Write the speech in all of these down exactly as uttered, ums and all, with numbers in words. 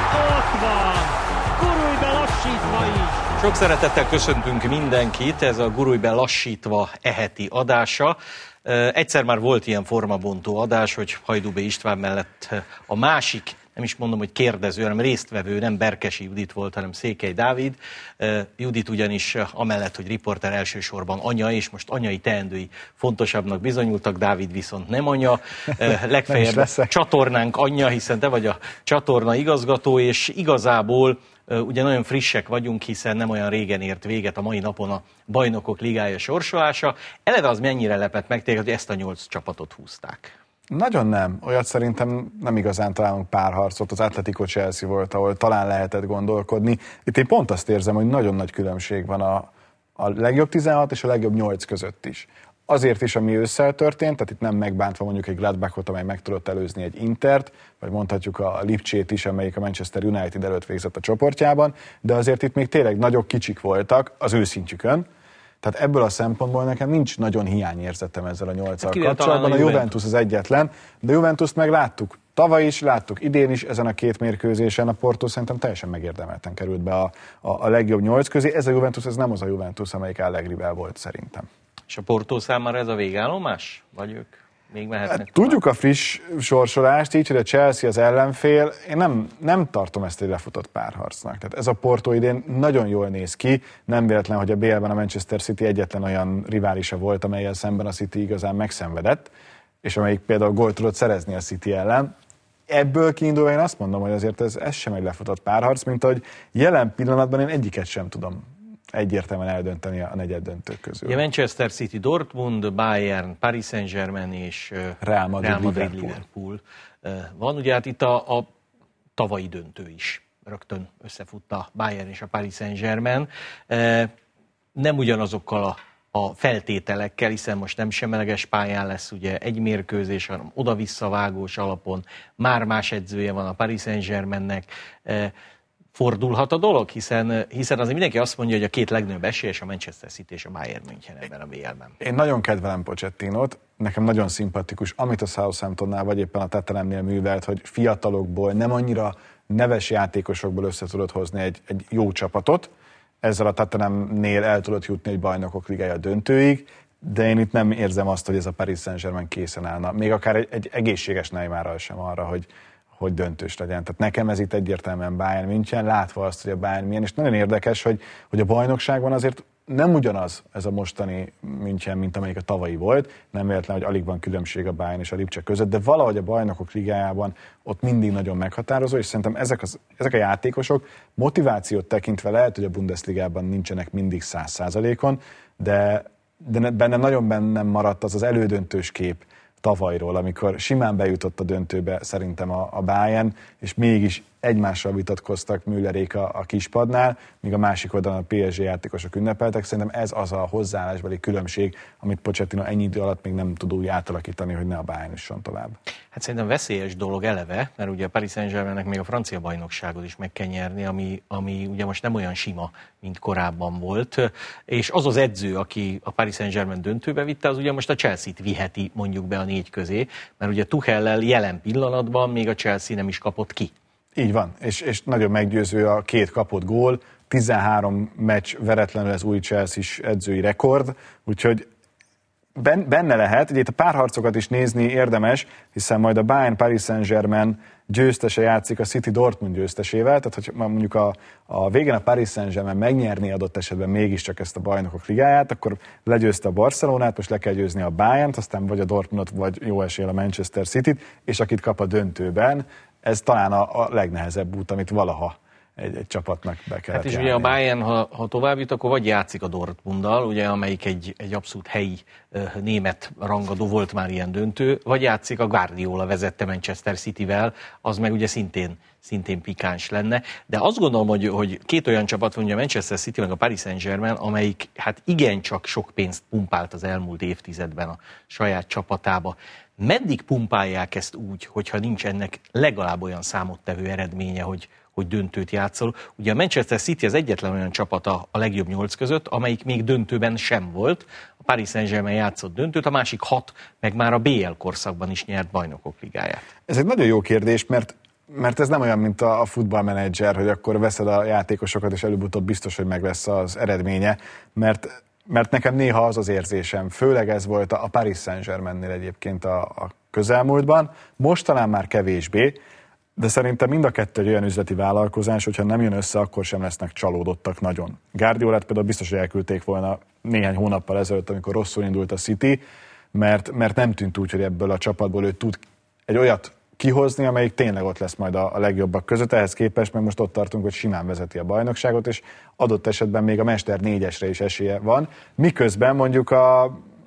Ott van! Gurulj be lassítva is! Sok szeretettel köszöntünk mindenkit, ez a Gurulj be lassítva eheti adása. Egyszer már volt ilyen formabontó adás, hogy Hajdú B. István mellett a másik, nem is mondom, hogy kérdező, hanem résztvevő, nem Berkesi Judit volt, hanem Székely Dávid. Judit ugyanis amellett, hogy riporter, elsősorban anya, és most anyai teendői fontosabbnak bizonyultak, Dávid viszont nem anya. Legfeljebb csatornánk anyja, hiszen te vagy a csatorna igazgató, és igazából ugye nagyon frissek vagyunk, hiszen nem olyan régen ért véget a mai napon a Bajnokok Ligája sorsolása. Eleve az mennyire lepett meg téged, hogy ezt a nyolc csapatot húzták? Nagyon nem. Olyat szerintem nem igazán találunk párharcot. Az Atletico Chelsea volt, ahol talán lehetett gondolkodni. Itt én pont azt érzem, hogy nagyon nagy különbség van a, a legjobb tizenhat és a legjobb nyolc között is. Azért is, ami ősszel történt, tehát itt nem megbántva mondjuk egy Gladbachot, amely meg tudott előzni egy Intert, vagy mondhatjuk a Lipcsét is, amelyik a Manchester United előtt végzett a csoportjában, de azért itt még tényleg nagyok, kicsik voltak az ő szintjükön. Tehát ebből a szempontból nekem nincs nagyon hiányérzetem ezzel a nyolccal kapcsolatban. A Juventus az egyetlen, de Juventust meg láttuk. Tavaly is láttuk, idén is ezen a két mérkőzésen a Porto szerintem teljesen megérdemelten került be a, a, a legjobb nyolc közé. Ez a Juventus, ez nem az a Juventus, amelyik Allegrivel volt szerintem. És a Porto számára ez a végállomás? Vagy ők még mehetnek? Hát, tudjuk a friss sorsolást, így, hogy a Chelsea az ellenfél. Én nem, nem tartom ezt egy lefutott párharcnak. Tehát ez a Porto idén nagyon jól néz ki. Nem véletlen, hogy a bé el-ben a Manchester City egyetlen olyan riválisa volt, amellyel szemben a City igazán megszenvedett, és amelyik például gólt tudott szerezni a City ellen. Ebből kiindulva én azt mondom, hogy azért ez, ez sem egy lefutott párharc, mint ahogy jelen pillanatban én egyiket sem tudom egyértelműen eldönteni a negyed döntők közül. Ja, Manchester City, Dortmund, Bayern, Paris Saint-Germain és Real Madrid, Real Madrid Liverpool. Liverpool van. Ugye hát itt a, a tavalyi döntő is rögtön összefut a Bayern és a Paris Saint-Germain. Nem ugyanazokkal a a feltételekkel, hiszen most nem semleges pályán lesz ugye egy mérkőzés, hanem oda-visszavágós alapon, már más edzője van a Paris Saint-Germainnek. Fordulhat a dolog, hiszen, hiszen azért mindenki azt mondja, hogy a két legnagyobb esélyes a Manchester City és a Bayern München ebben a bé el-ben. Én nagyon kedvelem Pochettinót, nekem nagyon szimpatikus, amit a Southamptonnál vagy éppen a Tottenhamnél művelt, hogy fiatalokból, nem annyira neves játékosokból össze tudod hozni egy, egy jó csapatot. Ezzel a Tottenhamnél el tudott jutni egy Bajnokok Ligája döntőig, de én itt nem érzem azt, hogy ez a Paris Saint-Germain készen állna. Még akár egy, egy egészséges Neymarral sem arra, hogy hogy döntős legyen. Tehát nekem ez itt egyértelműen Bayern München, látva azt, hogy a Bayern milyen, és nagyon érdekes, hogy, hogy a bajnokságban azért nem ugyanaz ez a mostani München, mint amelyik a tavalyi volt, nem véletlen, hogy alig van különbség a Bayern és a Lipcse között, de valahogy a Bajnokok Ligájában ott mindig nagyon meghatározó, és szerintem ezek, az, ezek a játékosok motivációt tekintve lehet, hogy a Bundesligában nincsenek mindig száz százalékon, de, de benne nagyon bennem maradt az az elődöntős kép tavalyról, amikor simán bejutott a döntőbe szerintem a, a Bayern, és mégis egymással vitatkoztak Müllerék a, a kispadnál, míg a másik oldalon a pé es gé játékosok ünnepeltek. Szerintem ez az a hozzáállásbeli különbség, amit Pochettino ennyi idő alatt még nem tud úgy átalakítani, hogy ne a Bayern jusson tovább. Hát szerintem veszélyes dolog eleve, mert ugye a Paris Saint-Germainnek még a francia bajnokságot is meg kell nyerni, ami, ami ugye most nem olyan sima, mint korábban volt, és az az edző, aki a Paris Saint-Germain döntőbe vitte, az ugye most a Chelsea-t viheti mondjuk be a négy közé, mert ugye Tuchellel jelen pillanatban még a Chelsea nem is kapott ki. Így van, és, és nagyon meggyőző a két kapott gól, tizenhárom meccs veretlenül ez új Chelsea-s edzői rekord, úgyhogy benne lehet, ugye itt a párharcokat is nézni érdemes, hiszen majd a Bayern Paris Saint-Germain győztese játszik a City Dortmund győztesével, tehát hogy mondjuk a, a végén a Paris Saint-Germain megnyerné adott esetben mégiscsak ezt a Bajnokok Ligáját, akkor legyőzte a Barcelonát, most le kell győzni a Bayernt, aztán vagy a Dortmundot, vagy jó esél a Manchester Cityt, és akit kap a döntőben, ez talán a, a legnehezebb út, amit valaha egy, egy csapatnak be kellett Hát és járni. ugye a Bayern, ha, ha tovább jut, akkor vagy játszik a Dortmunddal, ugye, amelyik egy, egy abszolút helyi uh, német rangadó, volt már ilyen döntő, vagy játszik a Guardiola vezette Manchester Cityvel, az meg ugye szintén, szintén pikáns lenne. De azt gondolom, hogy, hogy két olyan csapat van, ugye a Manchester City meg a Paris Saint-Germain, amelyik hát igencsak sok pénzt pumpált az elmúlt évtizedben a saját csapatába. Meddig pumpálják ezt úgy, hogyha nincs ennek legalább olyan számottevő eredménye, hogy, hogy döntőt játszol? Ugye a Manchester City az egyetlen olyan csapata a legjobb nyolc között, amelyik még döntőben sem volt. A Paris Saint-Germain játszott döntőt, a másik hat meg már a bé el korszakban is nyert Bajnokok Ligáját. Ez egy nagyon jó kérdés, mert mert ez nem olyan, mint a futballmenedzser, hogy akkor veszed a játékosokat, és előbb-utóbb biztos, hogy meg lesz az eredménye, mert, mert nekem néha az az érzésem, főleg ez volt a Paris Saint-Germainnél egyébként a, a közelmúltban, most talán már kevésbé, de szerintem mind a kettő egy olyan üzleti vállalkozás, hogyha nem jön össze, akkor sem lesznek csalódottak nagyon. Guardiolát például biztos, hogy elküldték volna néhány hónappal ezelőtt, amikor rosszul indult a City, mert, mert nem tűnt úgy, hogy ebből a csapatból ő tud egy olyat kihozni, amelyik tényleg ott lesz majd a, a legjobbak között. Ehhez képest meg most ott tartunk, hogy simán vezeti a bajnokságot, és adott esetben még a Mester négyesre is esélye van, miközben mondjuk a,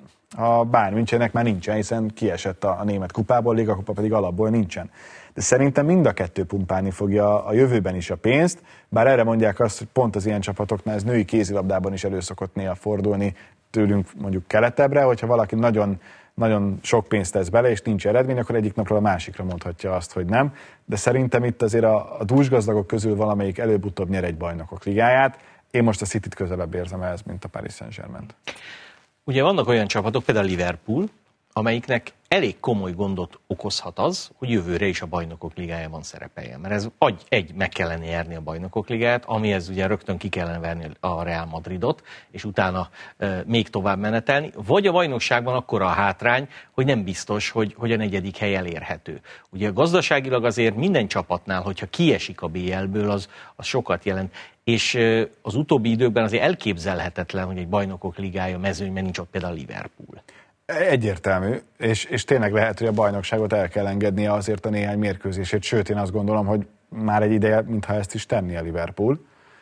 a Bayern Münchennek már nincsen, hiszen kiesett a, a német kupából, Liga kupa pedig alapból nincsen. De szerintem mind a kettő pumpálni fogja a jövőben is a pénzt, bár erre mondják azt, hogy pont az ilyen csapatoknál ez női kézilabdában is elő szokott néha fordulni tőlünk mondjuk keletebbre, hogyha valaki nagyon, nagyon sok pénzt tesz bele, és nincs eredmény, akkor egyik napról a másikra mondhatja azt, hogy nem. De szerintem itt azért a, a dúsgazdagok közül valamelyik előbb-utóbb nyer egy bajnokok ligáját. Én most a Cityt közelebb érzem ehhez, mint a Paris Saint-Germaint. Ugye vannak olyan csapatok, például Liverpool, amelyiknek elég komoly gondot okozhat az, hogy jövőre is a Bajnokok Ligájában szerepeljen. Mert ez egy, meg kellene nyerni a Bajnokok Ligáját, amihez ugye rögtön ki kellene verni a Real Madridot, és utána e, még tovább menetelni, vagy a bajnokságban akkora a hátrány, hogy nem biztos, hogy, hogy a negyedik hely elérhető. Ugye gazdaságilag azért minden csapatnál, hogyha kiesik a bé el-ből, az, az sokat jelent. És az utóbbi időkben azért elképzelhetetlen, hogy egy Bajnokok Ligája mezőnyben nincs ott például Liverpool. Egyértelmű, és, és tényleg lehet, hogy a bajnokságot el kell engednie azért a néhány mérkőzését, sőt én azt gondolom, hogy már egy ideje, mintha ezt is tenni a Liverpool,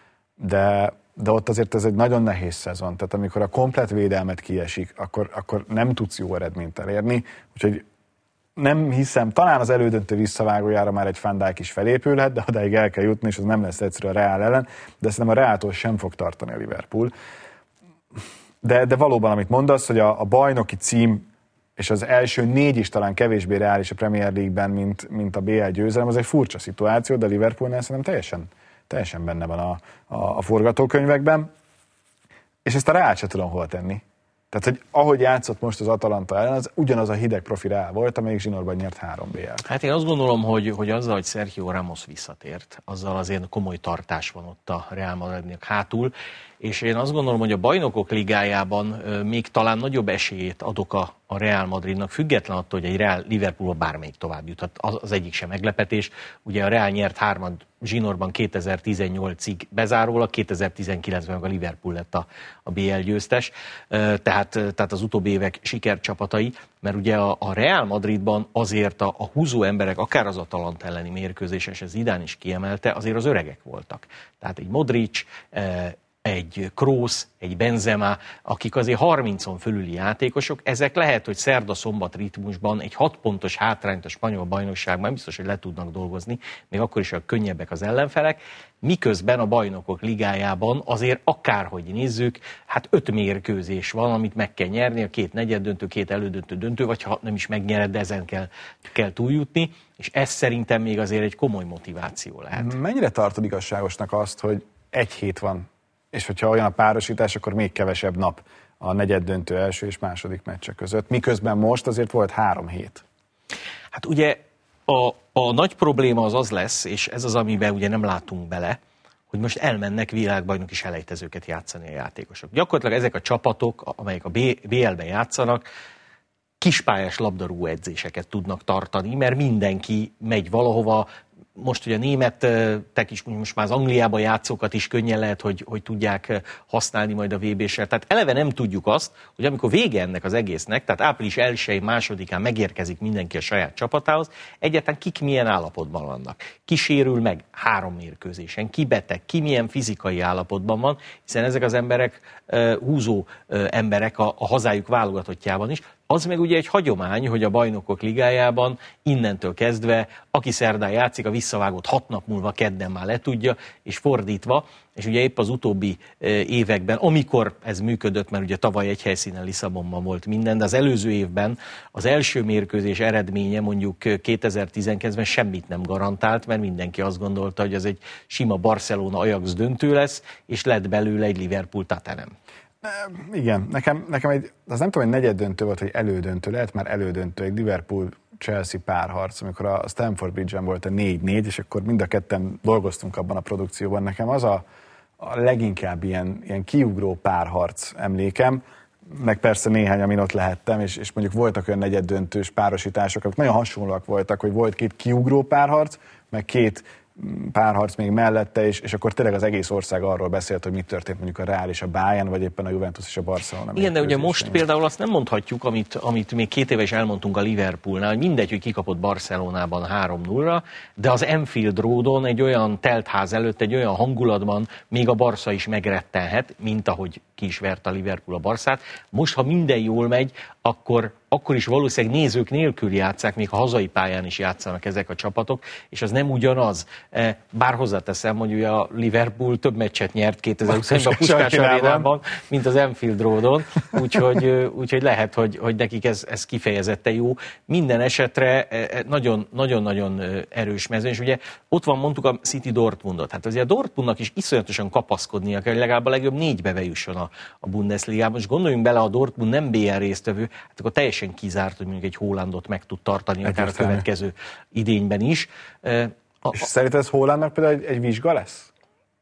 de, de ott azért ez egy nagyon nehéz szezon, tehát amikor a komplett védelmet kiesik, akkor, akkor nem tudsz jó eredményt elérni, úgyhogy nem hiszem, talán az elődöntő visszavágójára már egy Van Dijk is felépülhet, de odáig el kell jutni, és az nem lesz egyszerű a Real ellen, de szerintem a Reáltól sem fog tartani a Liverpool. De, de valóban, amit mondasz, hogy a, a bajnoki cím és az első négy is talán kevésbé reális a Premier League-ben, mint, mint a bé el győzelem, az egy furcsa szituáció, de a Liverpoolnál szerintem teljesen, teljesen benne van a, a, a forgatókönyvekben, és ezt a Real se tudom hol tenni. Tehát, hogy ahogy játszott most az Atalanta ellen, az ugyanaz a hideg profi Real volt, amelyik zsinórban nyert három bé el-t. Hát én azt gondolom, hogy, hogy azzal, hogy Sergio Ramos visszatért, azzal azért komoly tartás van ott a Real Madridnak hátul, és én azt gondolom, hogy a Bajnokok Ligájában még talán nagyobb esélyét adok a, a Real Madridnak, független attól, hogy egy Real Liverpoolba bármelyik tovább juthat. Az, az egyik sem meglepetés. Ugye a Real nyert hármad zsinórban kétezer-tizennyolcig bezárólag, kétezer-tizenkilencben meg a Liverpool lett a, a bé el győztes, tehát, tehát az utóbbi évek sikercsapatai, mert ugye a, a Real Madridban azért a, a húzó emberek, akár az Atalanta elleni mérkőzés, és ez Zidane is kiemelte, azért az öregek voltak. Tehát egy Modric, egy Kroos, egy Benzema, akik azért harmincon fölüli játékosok, ezek lehet, hogy szerda-szombat ritmusban egy hat pontos hátrányt a spanyol bajnokságban biztos, hogy le tudnak dolgozni, még akkor is, hogy könnyebbek az ellenfelek, miközben a Bajnokok Ligájában azért akárhogy nézzük, hát öt mérkőzés van, amit meg kell nyerni, a két negyeddöntő, két elődöntő döntő, vagy ha nem is megnyered, de ezen kell, kell túljutni, és ez szerintem még azért egy komoly motiváció lehet. Mennyire tartod igazságosnak azt, hogy egy hét van, és hogyha olyan a párosítás, akkor még kevesebb nap a negyeddöntő első és második meccse között, miközben most azért volt három hét. Hát ugye a, a nagy probléma az az lesz, és ez az, amiben ugye nem látunk bele, hogy most elmennek világbajnoki selejtezőket játszani a játékosok. Gyakorlatilag ezek a csapatok, amelyek a bé el-ben játszanak, kispályás labdarúgó edzéseket tudnak tartani, mert mindenki megy valahova. Most ugye a németek is, most már az Angliában játszókat is könnyen lehet, hogy, hogy tudják használni majd a vé bé-sel. Tehát eleve nem tudjuk azt, hogy amikor vége ennek az egésznek, tehát április elsején, másodikán megérkezik mindenki a saját csapatához, egyáltalán kik milyen állapotban vannak. Ki sérül meg három mérkőzésen, ki beteg, ki milyen fizikai állapotban van, hiszen ezek az emberek húzó emberek a, a hazájuk válogatottjában is. Az meg ugye egy hagyomány, hogy a Bajnokok Ligájában innentől kezdve, aki szerdán játszik, a visszavágott hat nap múlva kedden már letudja, és fordítva, és ugye épp az utóbbi években, amikor ez működött, mert ugye tavaly egy helyszínen Lisszabonban volt minden, de az előző évben az első mérkőzés eredménye mondjuk kétezer-tizenkilencben semmit nem garantált, mert mindenki azt gondolta, hogy ez egy sima Barcelona-Ajax döntő lesz, és lett belőle egy Liverpool-Tottenham. Igen, nekem, nekem egy, az nem tudom, hogy negyeddöntő volt, vagy elődöntő, lehet már elődöntő, egy Liverpool Chelsea párharc, amikor a Stamford Bridge-en volt a négy négy, és akkor mind a ketten dolgoztunk abban a produkcióban. Nekem az a, a leginkább ilyen, ilyen kiugró párharc emlékem, meg persze néhány, amin ott lehettem, és, és mondjuk voltak olyan negyeddöntős párosítások, amik nagyon hasonlóak voltak, hogy volt két kiugró párharc, meg két párharc még mellette, és, és akkor tényleg az egész ország arról beszélt, hogy mi történt mondjuk a Real és a Bayern, vagy éppen a Juventus és a Barcelona. Igen, de ugye most például azt nem mondhatjuk, amit, amit még két éve is elmondtunk a Liverpoolnál, hogy mindegy, hogy kikapott Barcelonában három nullra, de az Anfield Roadon egy olyan teltház előtt, egy olyan hangulatban még a Barca is megrettenhet, mint ahogy ki is vert a Liverpool a Barszát. Most, ha minden jól megy, akkor, akkor is valószínűleg nézők nélkül játsszák, még a hazai pályán is játszanak ezek a csapatok, és az nem ugyanaz. Bár hozzáteszem, hogy ugye a Liverpool több meccset nyert kétezer-huszonban a Puskás Arénában, mint az Anfield Roadon, úgyhogy, úgyhogy lehet, hogy, hogy nekik ez, ez kifejezetten jó. Minden esetre nagyon-nagyon erős mezőny, és ugye ott van, mondtuk a City Dortmundot. Hát azért a Dortmundnak is iszonyatosan kapaszkodnia kell, hogy legalább a legjobb négybe bejusson a, a Bundesligában, és gondoljunk bele, a Dortmund nem bé el résztvevő, hát akkor teljesen kizárt, hogy mondjuk egy Haalandot meg tud tartani, akár a következő idényben is. A, és szerinted ez Haalandnak például egy, egy vizsga lesz?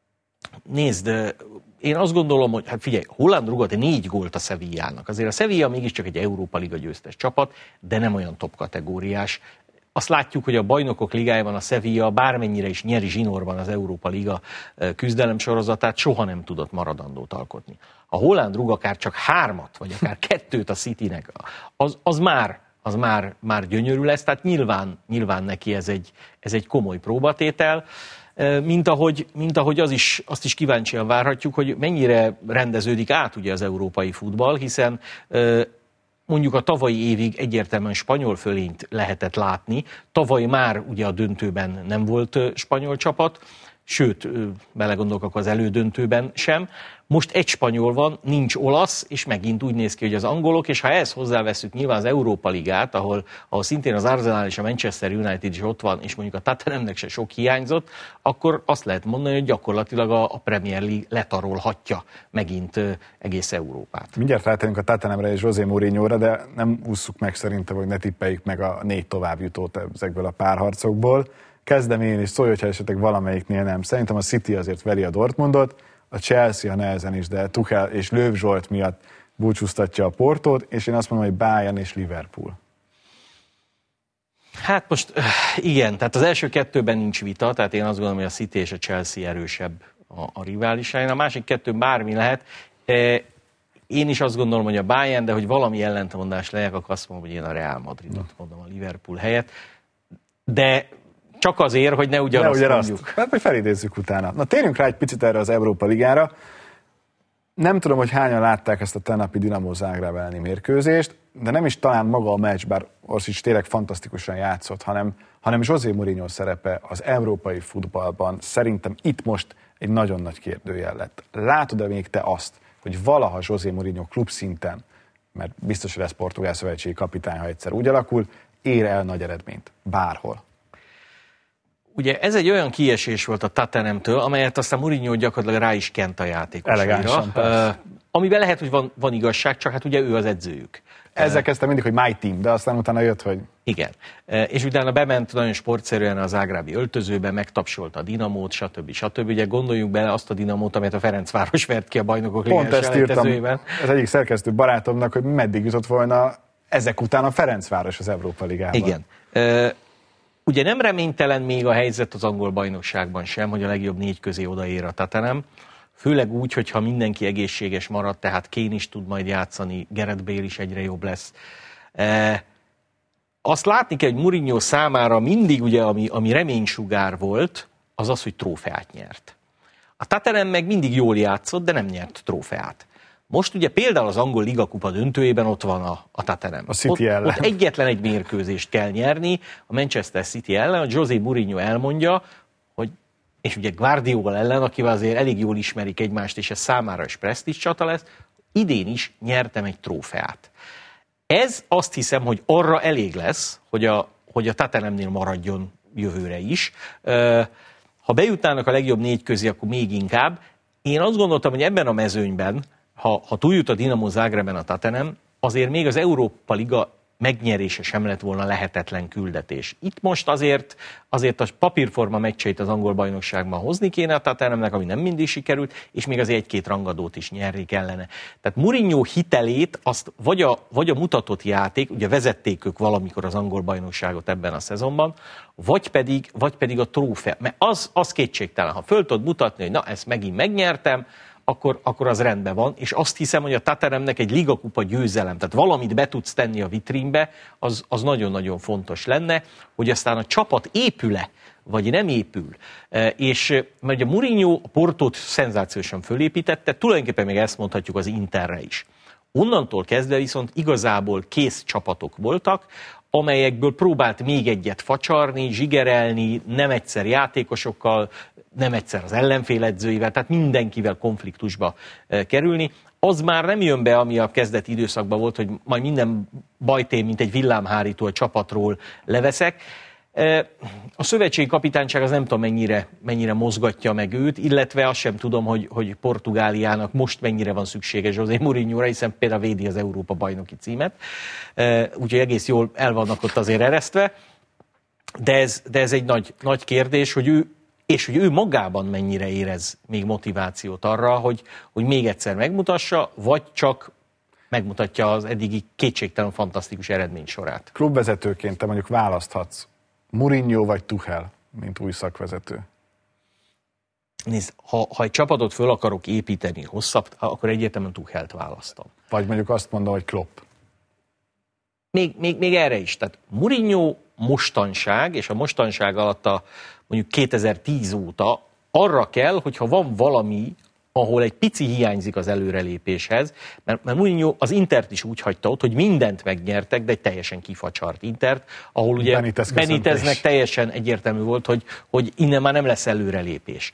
Nézd, én azt gondolom, hogy hát figyelj, Haaland rúgott négy gólt a Sevillának. Azért a Sevilla mégiscsak egy Európa Liga győztes csapat, de nem olyan top kategóriás. Azt látjuk, hogy a Bajnokok Ligájában a Sevilla bármennyire is nyeri zsinórban az Európa Liga küzdelem sorozatát, soha nem tudott maradandót alkotni. A Haaland rúg akár csak hármat, vagy akár kettőt a Citynek, az, az már az már, már gyönyörű lesz, tehát nyilván, nyilván neki ez egy, ez egy komoly próbatétel, mint ahogy, mint ahogy az is, azt is kíváncsian várhatjuk, hogy mennyire rendeződik át ugye az európai futball, hiszen mondjuk a tavalyi évig egyértelműen spanyol fölényt lehetett látni, tavaly már ugye a döntőben nem volt spanyol csapat, sőt, belegondolok akkor az elődöntőben sem. Most egy spanyol van, nincs olasz, és megint úgy néz ki, hogy az angolok, és ha ehhez hozzáveszünk nyilván az Európa Ligát, ahol, ahol szintén az Arsenal és a Manchester United is ott van, és mondjuk a Tottenhamnek se sok hiányzott, akkor azt lehet mondani, hogy gyakorlatilag a, a Premier League letarolhatja megint egész Európát. Mindjárt rátérünk a Tottenhamre és José Mourinhóra, de nem ússzuk meg szerintem, hogy ne tippeljük meg a négy továbbjutót ezekből a párharcokból. Kezdem én, és szólj, hogyha esetleg valamelyiknél nem. Szerintem a City azért veri a Dortmundot, a Chelsea a nehezen is, de Tuchel és Löw Zsolt miatt búcsúztatja a Portót, és én azt mondom, hogy Bayern és Liverpool. Hát most igen, tehát az első kettőben nincs vita, tehát én azt gondolom, hogy a City és a Chelsea erősebb a, a riválisáin. A másik kettő bármi lehet. Én is azt gondolom, hogy a Bayern, de hogy valami ellentmondás legyek, akkor azt mondom, hogy én a Real Madridot mondom a Liverpool helyett. De csak azért, hogy ne ugyanazt ne ugyanazt. mondjuk. Hát majd felidézzük utána. Na térjünk rá egy picit erre az Európa Ligára. Nem tudom, hogy hányan látták ezt a tennapi Dinamo Zágráb elleni mérkőzést, de nem is talán maga a meccs, bár Orsics tényleg fantasztikusan játszott, hanem, hanem José Mourinho szerepe az európai futballban szerintem itt most egy nagyon nagy kérdőjel lett. Látod-e még te azt, hogy valaha José Mourinho klubszinten, mert biztos, hogy lesz portugál szövetségi kapitány, ha egyszer úgy alakul, ér el nagy eredményt bárhol? Ugye ez egy olyan kiesés volt a Tottenhamtől, amelyet aztán Mourinho gyakorlatilag rá is kent a játékosaira. Uh, amiben lehet, hogy van, van igazság, csak hát ugye ő az edzőjük. Ezzel kezdtem mindig, hogy my team, de aztán utána jött, hogy... Igen. Uh, és utána bement nagyon sportszerűen az zágrábi öltözőbe, megtapsolta a Dinamót, stb. stb. Ugye gondoljunk bele azt a Dinamót, amelyet a Ferencváros vert ki a Bajnokok Ligájás selejtezőjében. Az egyik szerkesztő barátomnak, hogy meddig jutott volna ezek után a Ferencváros az Európa Ligában. Igen. Uh, Ugye nem reménytelen még a helyzet az angol bajnokságban sem, hogy a legjobb négy közé odaér a Tottenham. Főleg úgy, hogyha mindenki egészséges marad, tehát Kane is tud majd játszani, Gareth Bale is egyre jobb lesz. E, azt látni kell, hogy Mourinho számára mindig ugye, ami, ami reménysugár volt, az az, hogy trófeát nyert. A Tottenham meg mindig jól játszott, de nem nyert trófeát. Most ugye például az angol ligakupa döntőjében ott van a, a Tottenham. A City ellen. Ott, ott egyetlen egy mérkőzést kell nyerni, a Manchester City ellen, a José Mourinho elmondja, hogy, és ugye Guardiola ellen, akivel azért elég jól ismerik egymást, és ez számára is presztízs csata lesz, idén is nyertem egy trófeát. Ez azt hiszem, hogy arra elég lesz, hogy a, hogy a Tottenhamnél maradjon jövőre is. Ha bejutnának a legjobb négy közé, akkor még inkább. Én azt gondoltam, hogy ebben a mezőnyben, Ha, ha túljut a Dinamo Zágrábban a Tottenham, azért még az Európa Liga megnyerése sem lett volna lehetetlen küldetés. Itt most azért, azért a papírforma meccseit az angol bajnokságban hozni kéne a Tottenhamnek, ami nem mindig sikerült, és még azért egy-két rangadót is nyerni kellene. Tehát Mourinho hitelét azt vagy a, vagy a mutatott játék, ugye vezették ők valamikor az angol bajnokságot ebben a szezonban, vagy pedig, vagy pedig a trófea. Mert az, az kétségtelen, ha föl tudod mutatni, hogy na, ezt megint megnyertem, Akkor, akkor az rendben van, és azt hiszem, hogy a Tottenhamnek egy ligakupa győzelem, tehát valamit be tudsz tenni a vitrínbe, az, az nagyon-nagyon fontos lenne, hogy aztán a csapat épül-e, vagy nem épül. És mert ugye Mourinho a Portót szenzációsan fölépítette, tulajdonképpen még ezt mondhatjuk az Interre is. Onnantól kezdve viszont igazából kész csapatok voltak, amelyekből próbált még egyet facsarni, zsigerelni, nem egyszer játékosokkal, nem egyszer az ellenfél edzőivel, tehát mindenkivel konfliktusba kerülni. Az már nem jön be, ami a kezdeti időszakban volt, hogy majd minden bajtém, mint egy villámhárító a csapatról leveszek. A szövetségi kapitányság az nem tudom mennyire, mennyire mozgatja meg őt, illetve azt sem tudom, hogy, hogy Portugáliának most mennyire van szüksége José Mourinhóra, hiszen például védi az Európa bajnoki címet, úgyhogy egész jól el vannak ott azért eresztve, de ez, de ez egy nagy, nagy kérdés, hogy ő, és hogy ő magában mennyire érez még motivációt arra, hogy, hogy még egyszer megmutassa, vagy csak megmutatja az eddigi kétségtelen fantasztikus eredmény sorát. Klubvezetőként te mondjuk választhatsz Mourinho vagy Tuchel, mint új szakvezető? Nézd, ha, ha egy csapatot föl akarok építeni hosszabb, akkor egyértelműen Tuchelt választom. Vagy mondjuk azt mondom, hogy Klopp. Még, még, még erre is. Tehát Mourinho mostanság, és a mostanság alatt a mondjuk kétezer-tíz óta arra kell, hogyha van valami, ahol egy pici hiányzik az előrelépéshez, mert, mert Mourinho az Intert is úgy hagyta ott, hogy mindent megnyertek, de egy teljesen kifacsart Intert, ahol ugye Benitez Beniteznek teljesen egyértelmű volt, hogy, hogy innen már nem lesz előrelépés.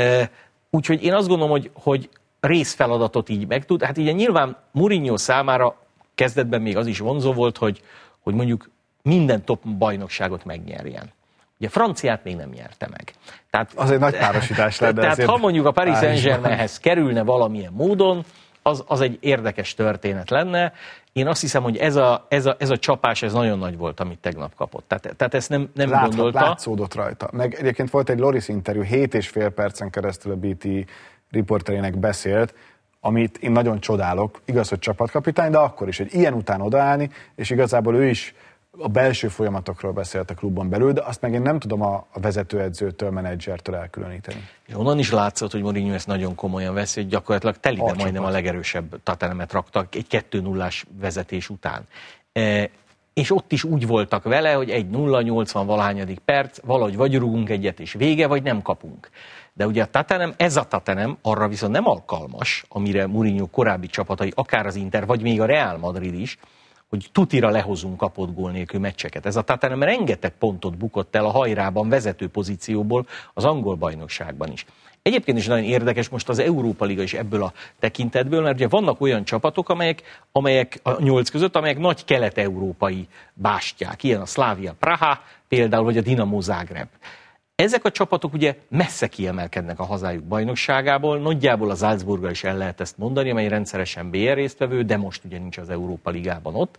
Úgyhogy én azt gondolom, hogy, hogy részfeladatot így meg tud. Hát ugye nyilván Mourinho számára kezdetben még az is vonzó volt, hogy, hogy mondjuk minden top bajnokságot megnyerjen. Ugye franciát még nem nyerte meg. Tehát, az egy nagy párosítás lenne. Tehát ha mondjuk a Paris Saint-Germainhez kerülne valamilyen módon, az, az egy érdekes történet lenne. Én azt hiszem, hogy ez a, ez a, ez a csapás, ez nagyon nagy volt, amit tegnap kapott. Tehát, tehát ezt nem, nem Láthat, gondolta. Látszódott rajta. Meg egyébként volt egy Loris interjú, hét és fél percen keresztül a bé té riporterének beszélt, amit én nagyon csodálok. Igaz, hogy csapatkapitány, de akkor is, hogy ilyen után odaállni, és igazából ő is a belső folyamatokról beszélt a klubban belül, de azt meg én nem tudom a vezetőedzőtől, menedzsertől elkülöníteni. És onnan is látszott, hogy Mourinho ezt nagyon komolyan veszi, hogy gyakorlatilag telibe majdnem a legerősebb Tottenhamet raktak egy kettő nullás vezetés után. E, és ott is úgy voltak vele, hogy egy nulla nyolcvan valahányadik perc, valahogy vagy rúgunk egyet és vége, vagy nem kapunk. De ugye a Tottenham, ez a Tottenham arra viszont nem alkalmas, amire Mourinho korábbi csapatai, akár az Inter, vagy még a Real Madrid is, hogy tutira lehozunk kapott gól nélkül meccseket. Ez a Tottenham rengeteg pontot bukott el a hajrában vezető pozícióból az angol bajnokságban is. Egyébként is nagyon érdekes most az Európa Liga is ebből a tekintetből, mert ugye vannak olyan csapatok, amelyek, amelyek a nyolc között, amelyek nagy kelet-európai bástyák, ilyen a Slavia Praha például, vagy a Dinamo Zagreb. Ezek a csapatok ugye messze kiemelkednek a hazájuk bajnokságából, nagyjából a Salzburggal is el lehet ezt mondani, amely rendszeresen bé er résztvevő, de most ugye nincs az Európa Ligában ott.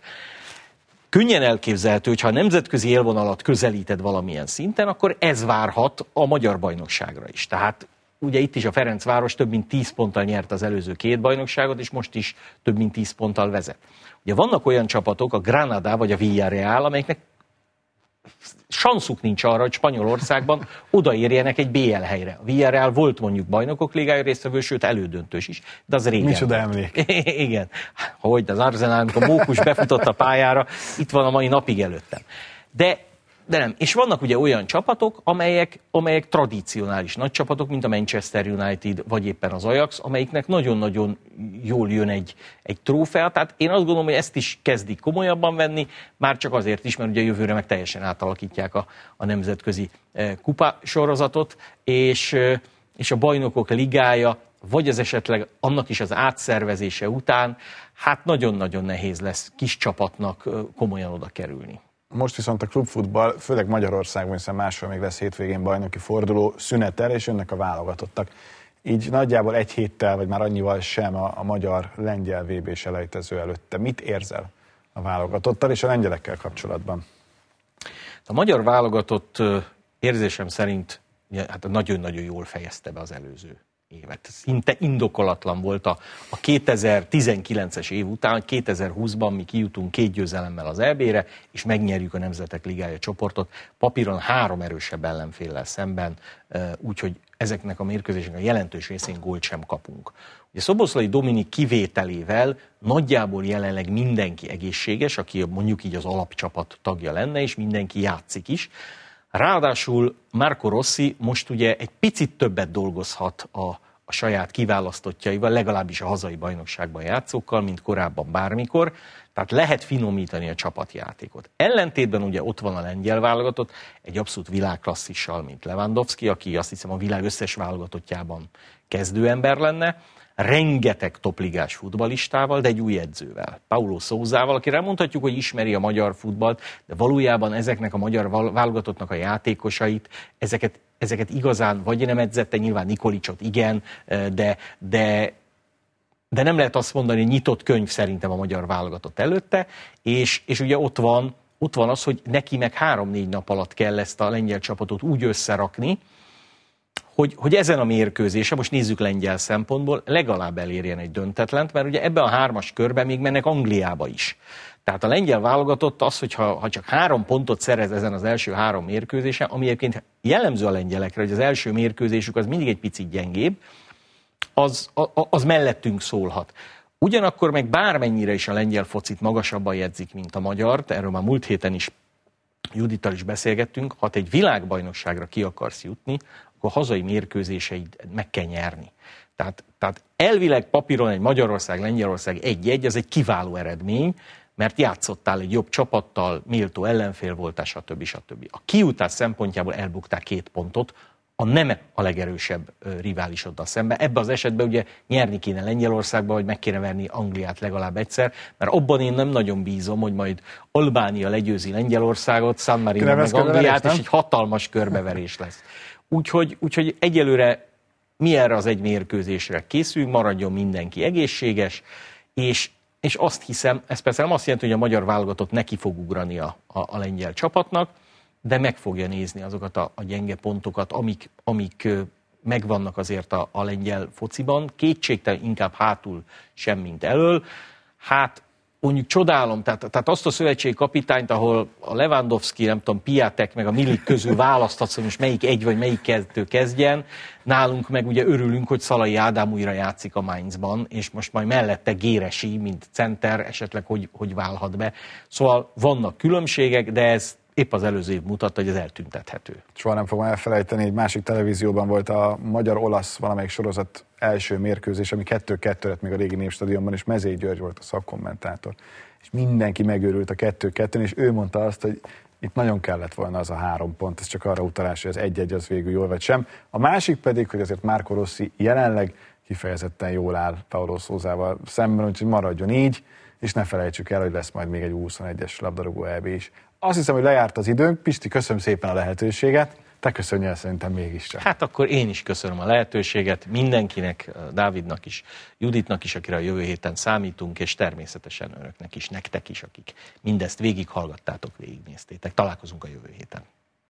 Könnyen elképzelhető, hogy ha a nemzetközi élvonalat közelíted valamilyen szinten, akkor ez várhat a magyar bajnokságra is. Tehát ugye itt is a Ferencváros több mint tíz ponttal nyert az előző két bajnokságot, és most is több mint tíz ponttal vezet. Ugye vannak olyan csapatok, a Granada vagy a Villarreal, amelyeknek sanszuk nincs arra, hogy Spanyolországban odaérjenek egy bé el helyre. A Villarreal volt mondjuk bajnokok ligája résztvevő, sőt elődöntős is, de az régen. Micsoda emlék. Igen. Hogy az Arsenal, amikor Mókus befutott a pályára, itt van a mai napig előttem. De, de nem. És vannak ugye olyan csapatok, amelyek, amelyek tradicionális nagy csapatok, mint a Manchester United, vagy éppen az Ajax, amelyiknek nagyon-nagyon jól jön egy, egy trófea. Tehát én azt gondolom, hogy ezt is kezdik komolyabban venni, már csak azért is, mert ugye jövőre meg teljesen átalakítják a, a nemzetközi kupa sorozatot, és, és a bajnokok ligája, vagy az esetleg annak is az átszervezése után, hát nagyon-nagyon nehéz lesz kis csapatnak komolyan oda kerülni. Most viszont a klubfutball, főleg Magyarországon, hiszen máshol még lesz hétvégén bajnoki forduló, szünetel, és jönnek a válogatottak. Így nagyjából egy héttel, vagy már annyival sem a, a magyar-lengyel vé bé-s elejtező előtte. Mit érzel a válogatottal és a lengyelekkel kapcsolatban. A magyar válogatott érzésem szerint hát nagyon-nagyon jól fejezte be az előző évet. Szinte indokolatlan volt a, a kétezer-tizenkilences év után, kétezer-húszban mi kijutunk két győzelemmel az é bé-re, és megnyerjük a Nemzetek Ligája csoportot, papíron három erősebb ellenféllel szemben, úgyhogy ezeknek a mérkőzéseknek a jelentős részén gólt sem kapunk. Ugye Szoboszlai Dominik kivételével nagyjából jelenleg mindenki egészséges, aki mondjuk így az alapcsapat tagja lenne, és mindenki játszik is. Ráadásul Marco Rossi most ugye egy picit többet dolgozhat a, a saját kiválasztottjaival, legalábbis a hazai bajnokságban játszókkal, mint korábban bármikor, tehát lehet finomítani a csapatjátékot. Ellentétben ugye ott van a lengyel válogatott, egy abszolút világklasszissal, mint Lewandowski, aki azt hiszem a világ összes válogatottjában kezdőember lenne, rengeteg topligás futballistával, de egy új edzővel, Paulo Sousával, akire mondhatjuk, hogy ismeri a magyar futballt, de valójában ezeknek a magyar válogatottnak a játékosait, ezeket, ezeket igazán vagy nem edzette, nyilván Nikolicsot igen, de, de, de nem lehet azt mondani, hogy nyitott könyv szerintem a magyar válogatott előtte, és, és ugye ott van, ott van az, hogy neki meg három-négy nap alatt kell ezt a lengyel csapatot úgy összerakni, Hogy, hogy ezen a mérkőzésen, most nézzük lengyel szempontból, legalább elérjen egy döntetlent, mert ugye ebben a hármas körben még mennek Angliába is. Tehát a lengyel válogatott az, hogy ha, ha csak három pontot szerez ezen az első három mérkőzésen, ami egyébként jellemző a lengyelekre, hogy az első mérkőzésük az mindig egy picit gyengébb, az, az mellettünk szólhat. Ugyanakkor meg bármennyire is a lengyel focit magasabban jegyzik, mint a magyart, erről már múlt héten is Judittal is beszélgettünk, ha te egy világbajnokságra ki akarsz jutni, akkor hazai mérkőzéseid meg kell nyerni. Tehát, tehát elvileg papíron egy Magyarország-Lengyelország egy-egy, ez egy kiváló eredmény, mert játszottál egy jobb csapattal, méltó ellenfél voltál, stb. stb. A kijutás szempontjából elbuktál két pontot, a nem a legerősebb riválisoddal szemben. Ebben az esetben ugye nyerni kéne Lengyelországba, vagy meg kéne verni Angliát legalább egyszer, mert abban én nem nagyon bízom, hogy majd Albánia legyőzi Lengyelországot, San Marino meg Angliát, és egy hatalmas körbeverés lesz. Úgyhogy, úgyhogy egyelőre mi erre az egy mérkőzésre készülünk, maradjon mindenki egészséges, és, és azt hiszem, ez persze nem azt jelenti, hogy a magyar válogatott neki fog ugrani a, a, a lengyel csapatnak, de meg fogja nézni azokat a, a gyenge pontokat, amik, amik megvannak azért a, a lengyel fociban, kétségtelen inkább hátul sem, mint elől. Hát mondjuk csodálom, tehát, tehát azt a szövetségi kapitányt, ahol a Lewandowski, nem tudom, Piatek meg a Milik közül választhatsz, hogy most melyik egy vagy melyik kettő kezdjen, nálunk meg ugye örülünk, hogy Szalai Ádám újra játszik a Mainzban, és most majd mellette Géresi, mint center, esetleg hogy, hogy válhat be. Szóval vannak különbségek, de ez épp az előző év mutatta, hogy ez eltüntethető. Soha nem fogom elfelejteni, egy másik televízióban volt a magyar-olasz valamelyik sorozat első mérkőzés, ami kettő-kettő lett még a régi Népstadionban, és Mezei György volt a szakkommentátor. És mindenki megőrült a kettő-kettőn, és ő mondta azt, hogy itt nagyon kellett volna az a három pont, ez csak arra utalás, hogy az egy-egy az végül jól vagy sem. A másik pedig, hogy azért Marco Rossi jelenleg kifejezetten jól áll Paulo Sousával szemben, úgyhogy maradjon így, és ne felejtsük el, hogy lesz majd még egy U huszonegyes labdarúgó é bé is. Azt hiszem, hogy lejárt az időnk. Pisti, köszönöm szépen a lehetőséget. Te köszönj el szerintem mégiscsak. Hát akkor én is köszönöm a lehetőséget mindenkinek, Dávidnak is, Juditnak is, akire a jövő héten számítunk, és természetesen önöknek is, nektek is, akik mindezt végighallgattátok, végignéztétek. Találkozunk a jövő héten.